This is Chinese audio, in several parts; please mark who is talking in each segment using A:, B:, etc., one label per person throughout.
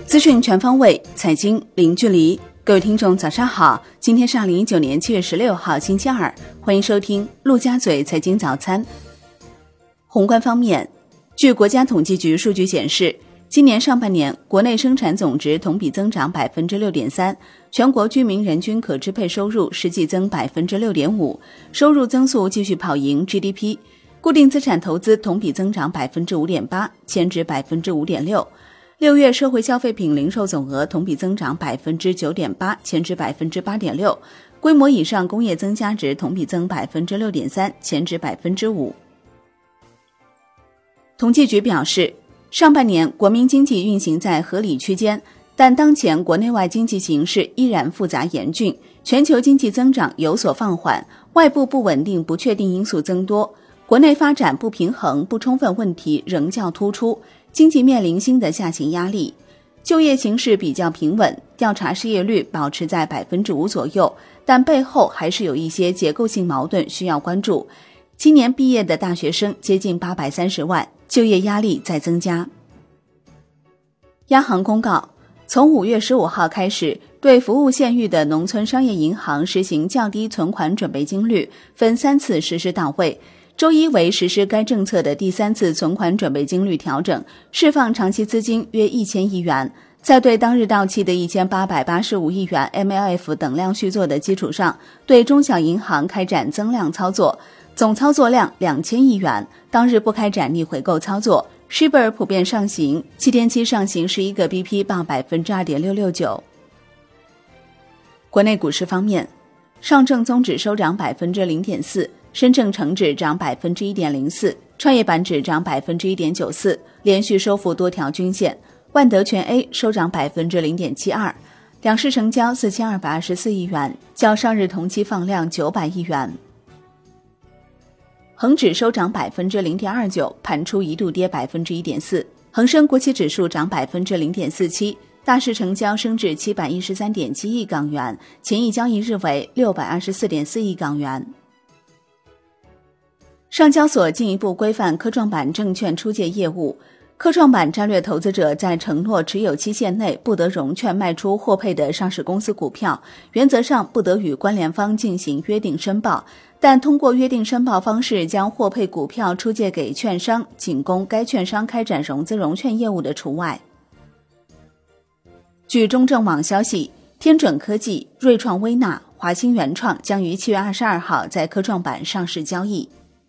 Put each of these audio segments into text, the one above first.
A: 资讯全方位，财经零距离。各位听众早上好，今天是2019年7月16号星期二，欢迎收听陆家嘴财经早餐。宏观方面，据国家统计局数据显示，今年上半年国内生产总值同比增长 6.3%， 全国居民人均可支配收入实际增 6.5%， 收入增速继续跑赢 GDP， 固定资产投资同比增长 5.8%， 前值 5.6%。6月社会消费品零售总额同比增长 9.8%， 前值 8.6%， 规模以上工业增加值同比增 6.3%， 前值 5%。 统计局表示，上半年国民经济运行在合理区间，但当前国内外经济形势依然复杂严峻，全球经济增长有所放缓，外部不稳定不确定因素增多，国内发展不平衡不充分问题仍较突出，经济面临新的下行压力。就业形势比较平稳，调查失业率保持在 5% 左右，但背后还是有一些结构性矛盾需要关注。今年毕业的大学生接近830万，就业压力在增加。央行公告，从5月15号开始，对服务县域的农村商业银行实行较低存款准备金率，分3次实施到位。周一为实施该政策的第3次存款准备金率调整，释放长期资金约1000亿元。在对当日到期的1885亿元 MLF 等量续作的基础上，对中小银行开展增量操作，总操作量2000亿元，当日不开展逆回购操作。Shibor 普遍上行，7天期上行11个 BP 报 2.669%。国内股市方面，上证综指收涨 0.4%，深证成指涨 1.04%， 创业板指涨 1.94%， 连续收复多条均线。万德全 A 收涨 0.72%， 两市成交4224亿元，较上日同期放量900亿元。恒指收涨 0.29%， 盘初一度跌 1.4%， 恒生国企指数涨 0.47%， 大市成交升至 713.7 亿港元，前一交易日为 624.4 亿港元。上交所进一步规范科创板证券出借业务，科创板战略投资者在承诺持有期限内不得融券卖出获配的上市公司股票，原则上不得与关联方进行约定申报，但通过约定申报方式将获配股票出借给券商，仅供该券商开展融资融券业务的除外。据中证网消息，天准科技、瑞创微纳、华兴原创将于7月22号在科创板上市交易。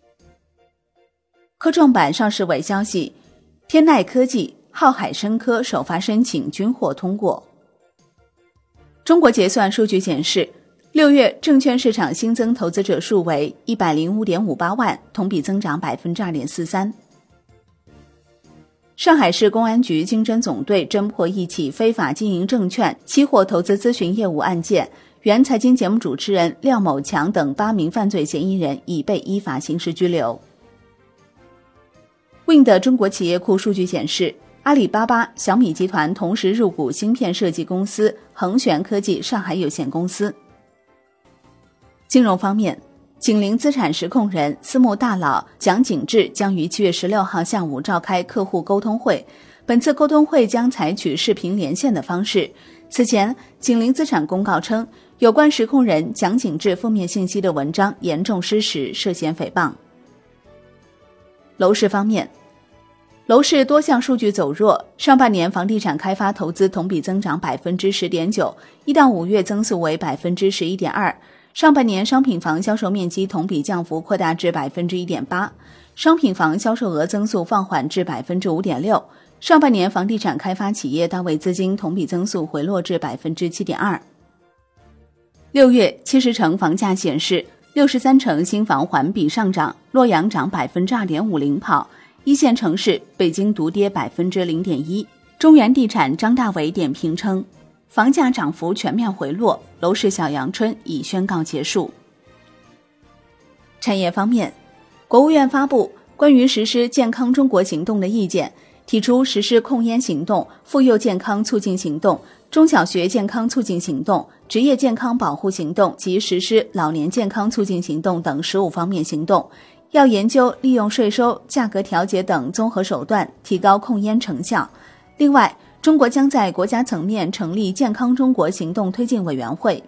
A: 科创板上市委消息，天籁科技、浩海生科首发申请均获通过。中国结算数据显示，6月证券市场新增投资者数为 105.58 万，同比增长 2.43%。上海市公安局经侦总队侦破一起非法经营证券、期货投资咨询业务案件，原财经节目主持人廖某强等8名犯罪嫌疑人已被依法刑事拘留。Wind 的中国企业库数据显示，阿里巴巴、小米集团同时入股芯片设计公司恒玄科技上海有限公司。金融方面，景林资产实控人、私募大佬蒋景智将于7月16号下午召开客户沟通会，本次沟通会将采取视频连线的方式。此前，景林资产公告称，有关实控人蒋景智负面信息的文章严重失实，涉嫌诽谤。楼市方面，楼市多项数据走弱，上半年房地产开发投资同比增长 10.9%， 1到5月增速为 11.2%， 上半年商品房销售面积同比降幅扩大至 1.8%， 商品房销售额增速放缓至 5.6%， 上半年房地产开发企业单位资金同比增速回落至 7.2%。 6月70城房价显示，63城新房环比上涨，洛阳涨 2.5%领跑，一线城市北京独跌 0.1%。 中原地产张大伟点评称，房价涨幅全面回落，楼市小阳春已宣告结束。产业方面，国务院发布关于实施健康中国行动的意见，提出实施控烟行动、妇幼健康促进行动、中小学健康促进行动、职业健康保护行动及实施老年健康促进行动等15方面行动，要研究利用税收、价格调节等综合手段提高控烟成效。另外， 中国将在国家层面成立健康中国行动推进委员会。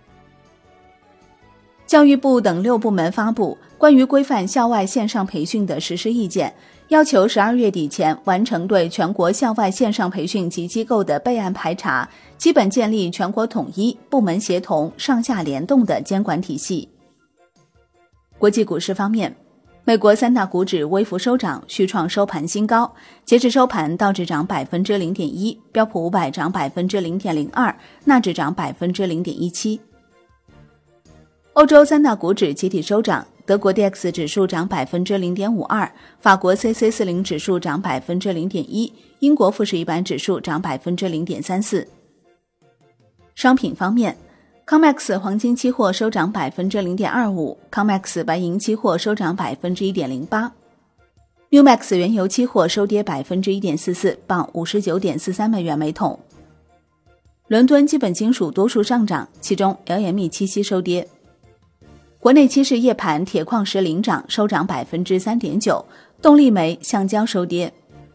A: 教育部等6部门发布关于规范校外线上培训的实施意见，要求12月底前完成对全国校外线上培训及机构的备案排查，基本建立全国统一、部门协同、上下联动的监管体系。国际股市方面，美国3大股指微幅收涨，续创收盘新高。截至收盘，道指涨 0.1%， 标普500涨 0.02%， 纳指涨 0.17%。欧洲3大股指集体收涨，德国 DAX 指数涨 0.52%， 法国 CAC40 指数涨 0.1%， 英国富时一百指数涨 0.34%。商品方面，COMEX 黄金期货收涨 0.25%， COMEX 白银期货收涨 1.08%。NewMax 原油期货收跌 1.44%， 报 59.43 美元每桶。伦敦基本金属多数上涨，其中 LME 期息收跌。国内期市夜盘，铁矿石领涨，收涨 3.9%， 动力煤、橡胶收跌。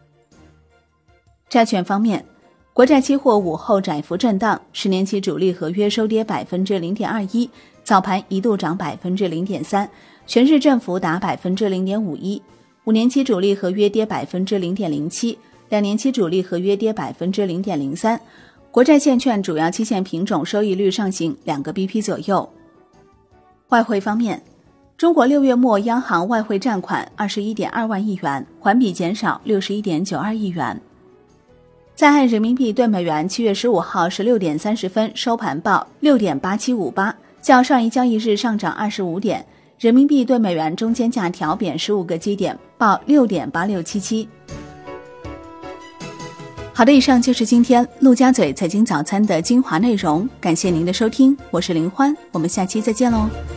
A: 债券方面，国债期货午后窄幅震荡，10年期主力合约收跌 0.21%， 早盘一度涨 0.3%， 全日振幅达 0.51%， 5年期主力合约跌 0.07%， 2年期主力合约跌 0.03%， 国债现券主要期限品种收益率上行2个 BP 左右。外汇方面，中国6月末央行外汇占款 21.2万亿元，环比减少 61.92 亿元。在岸人民币对美元7月15号16点30分收盘报 6.8758， 较上一交易日上涨25点，人民币对美元中间价调贬15个基点，报 6.8677。 好的，以上就是今天陆家嘴财经早餐的精华内容，感谢您的收听，我是林欢，我们下期再见喽。